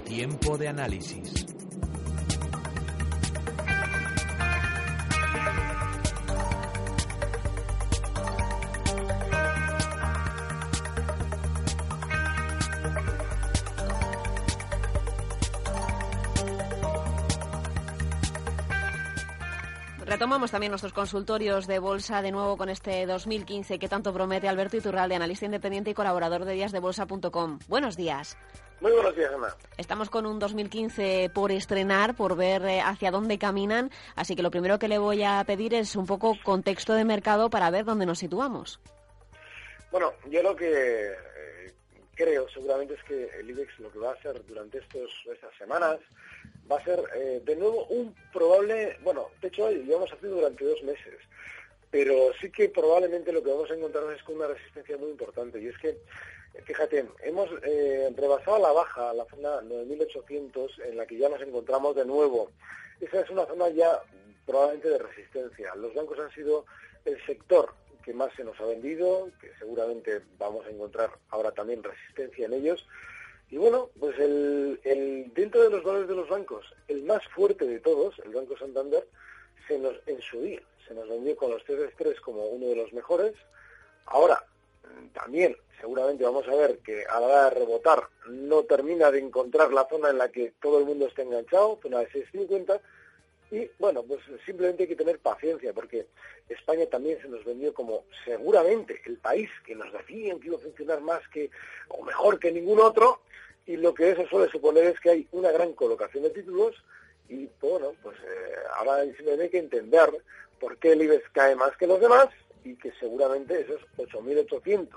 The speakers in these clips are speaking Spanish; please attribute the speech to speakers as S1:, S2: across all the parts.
S1: Tiempo de análisis.
S2: Retomamos también nuestros consultorios de bolsa de nuevo con este 2015 que tanto promete. Alberto Iturralde, analista independiente y colaborador de díasdebolsa.com. Buenos días.
S3: Muy buenos días, Ana.
S2: Estamos con un 2015 por estrenar, por ver hacia dónde caminan, así que lo primero que le voy a pedir es un poco contexto de mercado para ver dónde nos situamos.
S3: Bueno, yo lo que creo seguramente es que el IBEX lo que va a hacer durante estas semanas va a ser de nuevo un probable, bueno, de hecho lo llevamos haciendo durante 2 meses, pero sí que probablemente lo que vamos a encontrar es con una resistencia muy importante, y es que, fíjate, hemos rebasado a la baja la zona 9.800 en la que ya nos encontramos de nuevo. Esa es una zona ya probablemente de resistencia. Los bancos han sido el sector que más se nos ha vendido, que seguramente vamos a encontrar ahora también resistencia en ellos. Y bueno, pues dentro de los valores de los bancos, el más fuerte de todos, el Banco Santander, en su día se nos vendió con los CDR3 como uno de los mejores. Ahora, también seguramente vamos a ver que a la hora de rebotar no termina de encontrar la zona en la que todo el mundo está enganchado, zona de 6,50. Y bueno, pues simplemente hay que tener paciencia, porque España también se nos vendió como seguramente el país que nos decían que iba a funcionar más que o mejor que ningún otro, y lo que eso suele suponer es que hay una gran colocación de títulos, y bueno, pues ahora simplemente hay que entender por qué el IBEX cae más que los demás, y que seguramente esos 8.800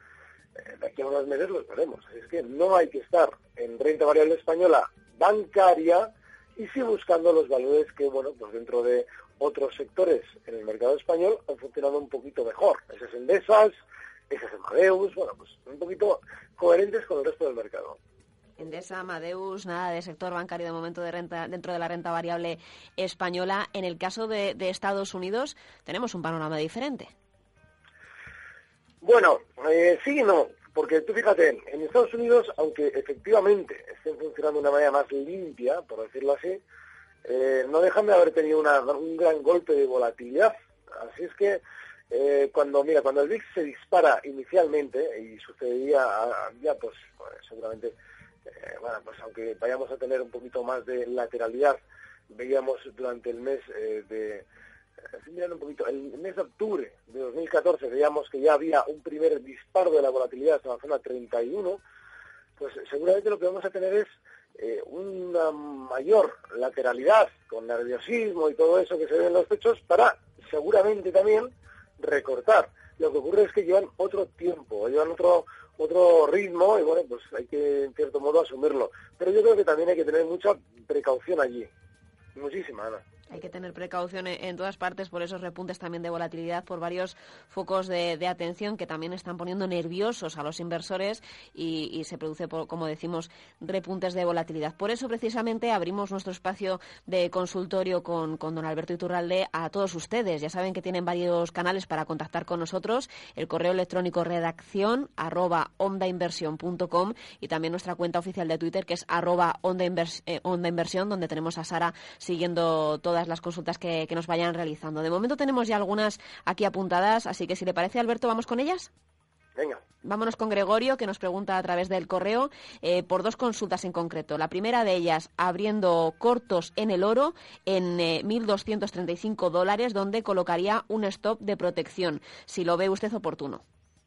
S3: de aquí a unos meses los veremos. Así es que no hay que estar en renta variable española bancaria, y sí buscando los valores que, bueno, pues dentro de otros sectores en el mercado español han funcionado un poquito mejor. Esas Endesas, esas Amadeus, bueno, pues un poquito coherentes con el resto del mercado.
S2: Endesa, Amadeus, nada de sector bancario de momento de renta dentro de la renta variable española. En el caso de Estados Unidos tenemos un panorama diferente.
S3: Bueno, sí y no, porque tú fíjate, en Estados Unidos, aunque efectivamente estén funcionando de una manera más limpia, por decirlo así, no dejan de haber tenido un gran golpe de volatilidad. Así es que cuando el VIX se dispara inicialmente, y sucedería ya pues seguramente, bueno, pues aunque vayamos a tener un poquito más de lateralidad, veíamos durante el mes mirando un poquito, el mes de octubre de 2014 veíamos que ya había un primer disparo de la volatilidad hasta la zona 31, pues seguramente lo que vamos a tener es una mayor lateralidad con nerviosismo y todo eso que se ve en los pechos para seguramente también recortar. Lo que ocurre es que llevan otro tiempo, llevan otro ritmo, y bueno, pues hay que en cierto modo asumirlo. Pero yo creo que también hay que tener mucha precaución allí, muchísima, Ana.
S2: Hay que tener precaución en todas partes por esos repuntes también de volatilidad, por varios focos de atención que también están poniendo nerviosos a los inversores y se produce, como decimos, repuntes de volatilidad. Por eso, precisamente, abrimos nuestro espacio de consultorio con don Alberto Iturralde a todos ustedes. Ya saben que tienen varios canales para contactar con nosotros. El correo electrónico redaccion@ondainversion.com y también nuestra cuenta oficial de Twitter, que es @ondainversion, donde tenemos a Sara siguiendo todas las consultas que nos vayan realizando. De momento tenemos ya algunas aquí apuntadas, así que si le parece, Alberto, ¿vamos con ellas?
S3: Venga.
S2: Vámonos con Gregorio, que nos pregunta a través del correo por 2 consultas en concreto. La primera de ellas, abriendo cortos en el oro en $1.235, donde colocaría un stop de protección, si lo ve usted oportuno.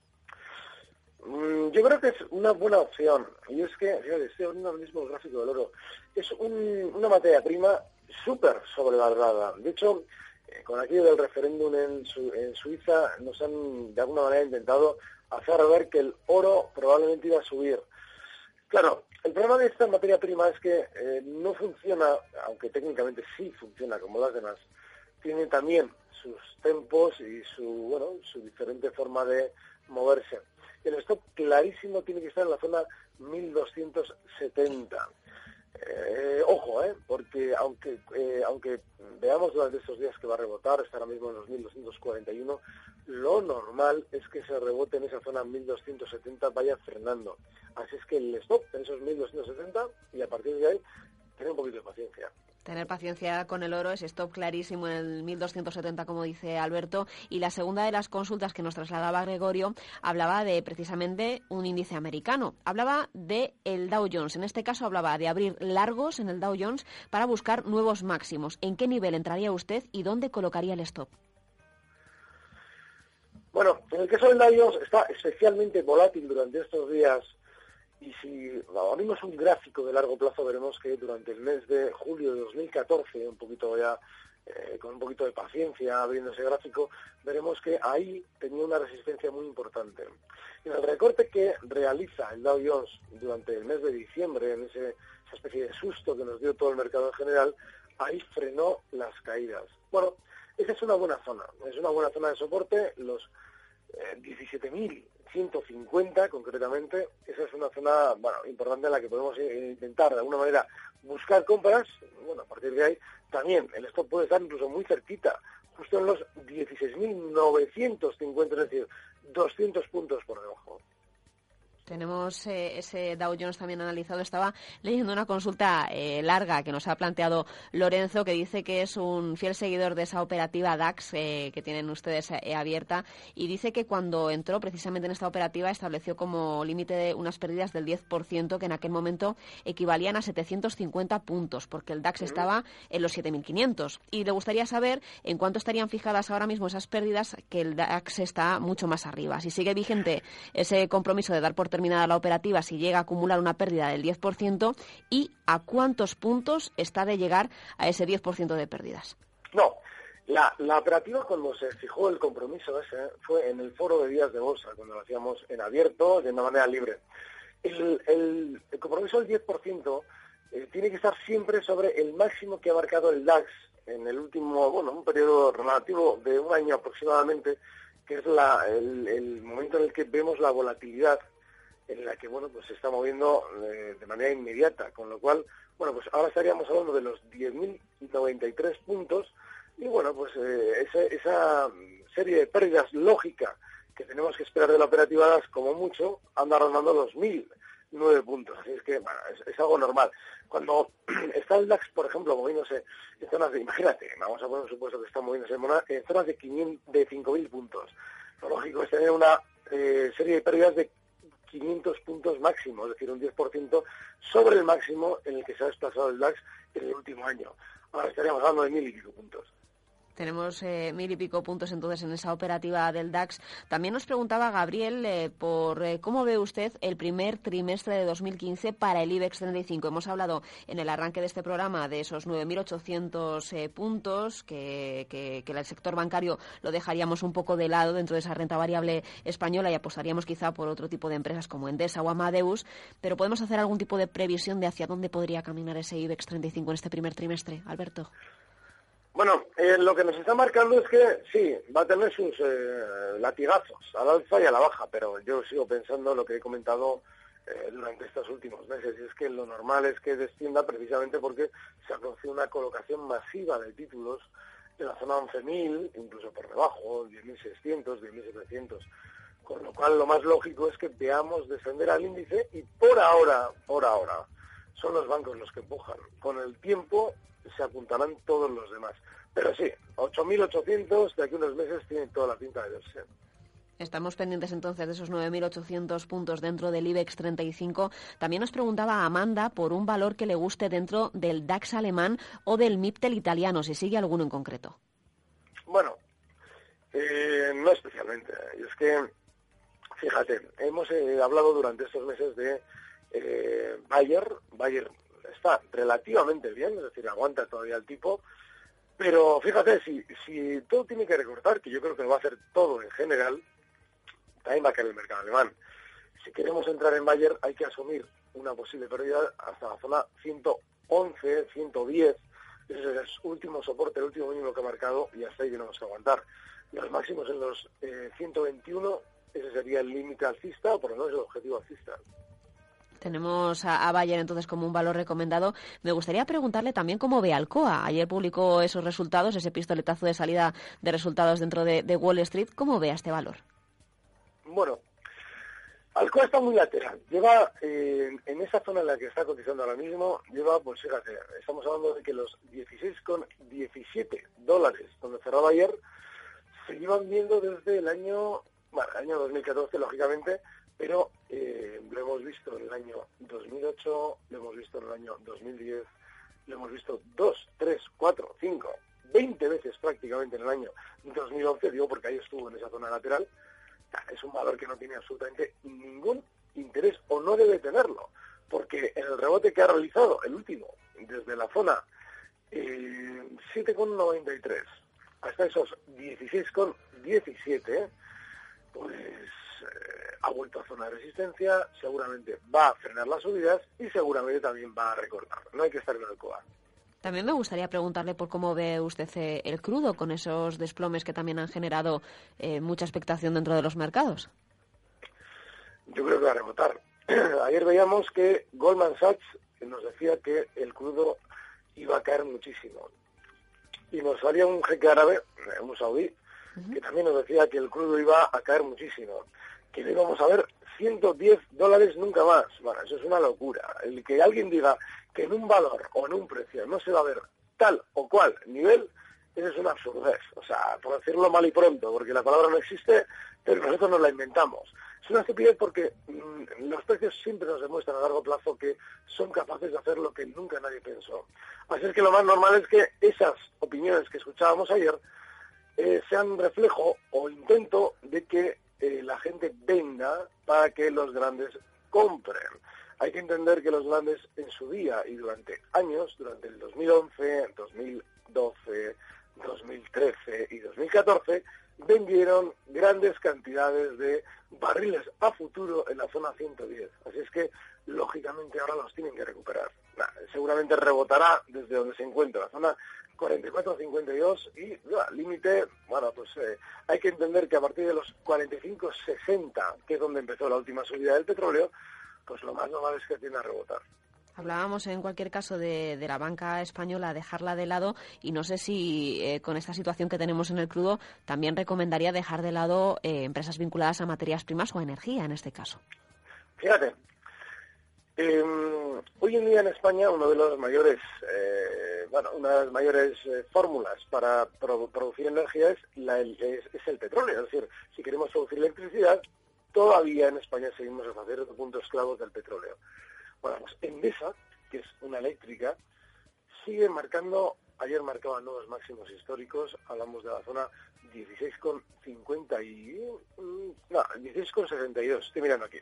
S3: Yo creo que es una buena opción, y es que, fíjate, estoy abriendo ahora mismo el gráfico del oro. Es una materia prima súper sobrevalorada. De hecho, con aquello del referéndum en Suiza, nos han de alguna manera intentado hacer ver que el oro probablemente iba a subir. Claro, el problema de esta materia prima es que no funciona, aunque técnicamente sí funciona como las demás, tiene también sus tempos y su diferente forma de moverse. El stop clarísimo tiene que estar en la zona 1270. Ojo, porque aunque veamos durante estos días que va a rebotar, está ahora mismo en los 1.241, lo normal es que ese rebote en esa zona 1.270 vaya frenando. Así es que el stop en esos 1.270 y a partir de ahí tener un poquito de paciencia.
S2: Tener paciencia con el oro, ese stop clarísimo en el 1.270, como dice Alberto. Y la segunda de las consultas que nos trasladaba Gregorio hablaba de precisamente un índice americano. Hablaba de el Dow Jones. En este caso hablaba de abrir largos en el Dow Jones para buscar nuevos máximos. ¿En qué nivel entraría usted y dónde colocaría el stop?
S3: Bueno, en el caso del Dow Jones está especialmente volátil durante estos días. Y si abrimos un gráfico de largo plazo, veremos que durante el mes de julio de 2014, un poquito ya con un poquito de paciencia abriendo ese gráfico, veremos que ahí tenía una resistencia muy importante. En el recorte que realiza el Dow Jones durante el mes de diciembre, en esa especie de susto que nos dio todo el mercado en general, ahí frenó las caídas. Bueno, esa es una buena zona de soporte, los 17.150 concretamente. Esa es una zona importante en la que podemos intentar de alguna manera buscar compras. Bueno, a partir de ahí también el stop puede estar incluso muy cerquita, justo en los 16.950, es decir, 200 puntos por debajo.
S2: Tenemos ese Dow Jones también analizado. Estaba leyendo una consulta larga que nos ha planteado Lorenzo, que dice que es un fiel seguidor de esa operativa DAX que tienen ustedes abierta, y dice que cuando entró precisamente en esta operativa estableció como límite de unas pérdidas del 10%, que en aquel momento equivalían a 750 puntos, porque el DAX estaba en los 7.500. Y le gustaría saber en cuánto estarían fijadas ahora mismo esas pérdidas, que el DAX está mucho más arriba. Si sigue vigente ese compromiso de dar por terminada la operativa si llega a acumular una pérdida del 10%, y a cuántos puntos está de llegar a ese 10% de pérdidas.
S3: No, la operativa cuando se fijó el compromiso ese fue en el foro de días de bolsa, cuando lo hacíamos en abierto, de una manera libre. El compromiso del 10% tiene que estar siempre sobre el máximo que ha marcado el DAX en el último, un periodo relativo de un año aproximadamente, que es el momento en el que vemos la volatilidad en la que, se está moviendo de manera inmediata, con lo cual, ahora estaríamos hablando de los 10.093 puntos, y esa serie de pérdidas lógica que tenemos que esperar de la operativa DAX, como mucho, anda rondando los 1.009 puntos, así es que, es algo normal. Cuando está el DAX, por ejemplo, moviéndose en zonas de, imagínate, vamos a poner un supuesto que está moviéndose en zonas de 5.000 puntos, lo lógico es tener una serie de pérdidas de 500 puntos máximo, es decir, un 10% sobre el máximo en el que se ha desplazado el DAX en el último año. Ahora estaríamos hablando de 1.000 y pico puntos.
S2: Tenemos 1.000 y pico puntos entonces en esa operativa del DAX. También nos preguntaba Gabriel por cómo ve usted el primer trimestre de 2015 para el IBEX 35. Hemos hablado en el arranque de este programa de esos 9.800 puntos, que el sector bancario lo dejaríamos un poco de lado dentro de esa renta variable española y apostaríamos quizá por otro tipo de empresas como Endesa o Amadeus. Pero ¿podemos hacer algún tipo de previsión de hacia dónde podría caminar ese IBEX 35 en este primer trimestre, Alberto?
S3: Bueno, lo que nos está marcando es que sí, va a tener sus latigazos al alza y a la baja, pero yo sigo pensando lo que he comentado durante estos últimos meses, y es que lo normal es que descienda precisamente porque se ha producido una colocación masiva de títulos en la zona 11.000, incluso por debajo, 10.600, 10.700, con lo cual lo más lógico es que veamos descender al índice y por ahora, son los bancos los que empujan. Con el tiempo se apuntarán todos los demás. Pero sí, 8.800 de aquí a unos meses tienen toda la pinta de verse.
S2: Estamos pendientes entonces de esos 9.800 puntos dentro del IBEX 35. También nos preguntaba Amanda por un valor que le guste dentro del DAX alemán o del MIPTEL italiano, si sigue alguno en concreto.
S3: Bueno, no especialmente. Y es que, fíjate, hemos hablado durante estos meses de Bayer. Bayer está relativamente bien, es decir, aguanta todavía el tipo, pero fíjate, si todo tiene que recortar, que yo creo que lo va a hacer todo en general, también va a caer el mercado alemán. Si queremos entrar en Bayer hay que asumir una posible pérdida hasta la zona 111, 110, ese es el último soporte, el último mínimo que ha marcado, y hasta ahí tenemos que aguantar. Los máximos en los 121, ese sería el límite alcista, o por lo menos el objetivo alcista.
S2: Tenemos a Bayer entonces como un valor recomendado. Me gustaría preguntarle también cómo ve Alcoa. Ayer publicó esos resultados, ese pistoletazo de salida de resultados dentro de Wall Street. ¿Cómo ve a este valor?
S3: Bueno, Alcoa está muy lateral. Lleva en esa zona en la que está cotizando ahora mismo, pues fíjate, estamos hablando de que los 16,17 dólares donde cerraba ayer se llevan viendo desde el año 2014, lógicamente, pero lo hemos visto en el año 2008, lo hemos visto en el año 2010, lo hemos visto 2, 3, 4, 5, 20 veces prácticamente en el año 2011, digo porque ahí estuvo en esa zona lateral. Es un valor que no tiene absolutamente ningún interés o no debe tenerlo, porque en el rebote que ha realizado, el último, desde la zona 7,93 hasta esos 16,17, pues ha vuelto a zona de resistencia, seguramente va a frenar las subidas y seguramente también va a recortar. No hay que estar en Alcoa.
S2: También me gustaría preguntarle por cómo ve usted el crudo con esos desplomes que también han generado mucha expectación dentro de los mercados.
S3: Yo creo que va a rebotar. Ayer veíamos que Goldman Sachs nos decía que el crudo iba a caer muchísimo. Y nos salía un jeque árabe, un saudí, que también nos decía que el crudo iba a caer muchísimo, que no íbamos a ver 110 dólares nunca más. Bueno, eso es una locura. El que alguien diga que en un valor o en un precio no se va a ver tal o cual nivel, eso es una absurdez. O sea, por decirlo mal y pronto, porque la palabra no existe, pero nosotros nos la inventamos. Es una estupidez porque los precios siempre nos demuestran a largo plazo que son capaces de hacer lo que nunca nadie pensó. Así es que lo más normal es que esas opiniones que escuchábamos ayer sean reflejo o intento de que la gente venda para que los grandes compren. Hay que entender que los grandes en su día y durante años, durante el 2011, 2012, 2013 y 2014, vendieron grandes cantidades de barriles a futuro en la zona 110. Así es que, lógicamente, ahora los tienen que recuperar. Seguramente rebotará desde donde se encuentra, la zona 44-52 y límite, bueno, pues hay que entender que a partir de los 45-60, que es donde empezó la última subida del petróleo, pues lo más normal es que tienda a rebotar.
S2: Hablábamos en cualquier caso de la banca española, dejarla de lado, y no sé si con esta situación que tenemos en el crudo también recomendaría dejar de lado empresas vinculadas a materias primas o a energía en este caso.
S3: Fíjate, hoy en día en España una de las mayores fórmulas para producir energía es el petróleo. Es decir, si queremos producir electricidad, todavía en España seguimos hasta cierto punto esclavos del petróleo. Bueno, pues Endesa, que es una eléctrica, sigue marcando, ayer marcaba nuevos máximos históricos, hablamos de la zona 16,62, estoy mirando aquí.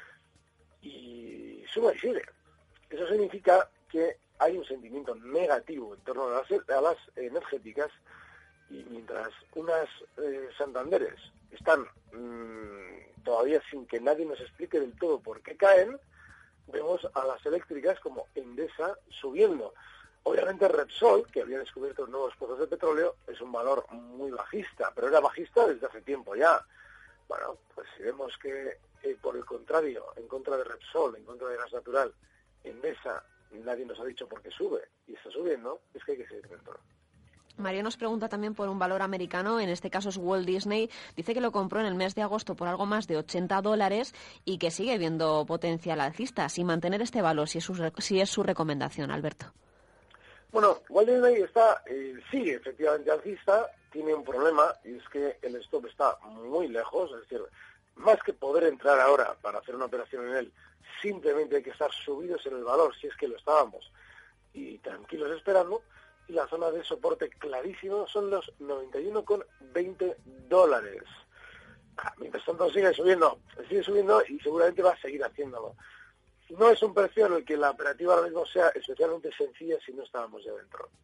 S3: Y suma y sigue. Eso significa que hay un sentimiento negativo en torno a las energéticas, y mientras unas Santanderes están todavía sin que nadie nos explique del todo por qué caen, vemos a las eléctricas como Endesa subiendo. Obviamente Repsol, que había descubierto nuevos pozos de petróleo, es un valor muy bajista, pero era bajista desde hace tiempo ya. Bueno, pues si vemos que por el contrario, en contra de Repsol, en contra de gas natural, Endesa, nadie nos ha dicho por qué sube y está subiendo, es que hay que seguir dentro.
S2: Mario nos pregunta también por un valor americano, en este caso es Walt Disney. Dice que lo compró en el mes de agosto por algo más de $80 y que sigue viendo potencial alcista. Sin mantener este valor, si es su recomendación, Alberto.
S3: Bueno, Walt Disney sigue efectivamente alcista, tiene un problema y es que el stop está muy lejos, es decir, más que poder entrar ahora para hacer una operación en él, simplemente hay que estar subidos en el valor, si es que lo estábamos, y tranquilos esperando. Y la zona de soporte clarísimo son los $91,20. Mientras tanto sigue subiendo y seguramente va a seguir haciéndolo. No es un precio en el que la operativa ahora mismo sea especialmente sencilla si no estábamos ya dentro.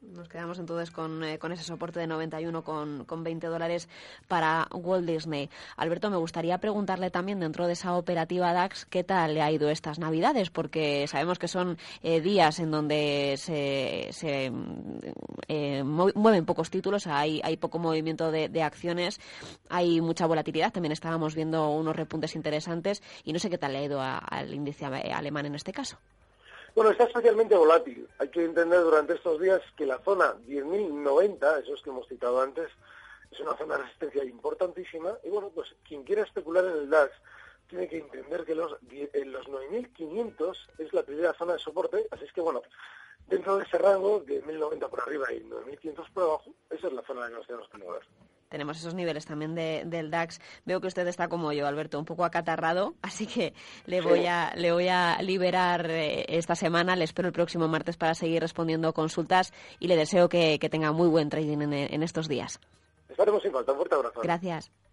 S2: Nos quedamos entonces con ese soporte de 91 con $20 para Walt Disney. Alberto, me gustaría preguntarle también, dentro de esa operativa DAX, ¿qué tal le ha ido estas Navidades? Porque sabemos que son días en donde se mueven pocos títulos, hay poco movimiento de acciones, hay mucha volatilidad. También estábamos viendo unos repuntes interesantes y no sé qué tal le ha ido al índice alemán en este caso.
S3: Bueno, está especialmente volátil. Hay que entender durante estos días que la zona 10.090, esos que hemos citado antes, es una zona de resistencia importantísima. Y bueno, pues quien quiera especular en el DAX tiene que entender que los 9.500 es la primera zona de soporte. Así es que bueno, dentro de ese rango de 1.090 por arriba y 9.500 por abajo, esa es la zona en la que nos tenemos que mover.
S2: Tenemos esos niveles también del DAX. Veo que usted está como yo, Alberto, un poco acatarrado, así que le voy a liberar esta semana. Le espero el próximo martes para seguir respondiendo consultas y le deseo que tenga muy buen trading en estos días.
S3: Estaremos en falta. Un fuerte abrazo.
S2: Gracias.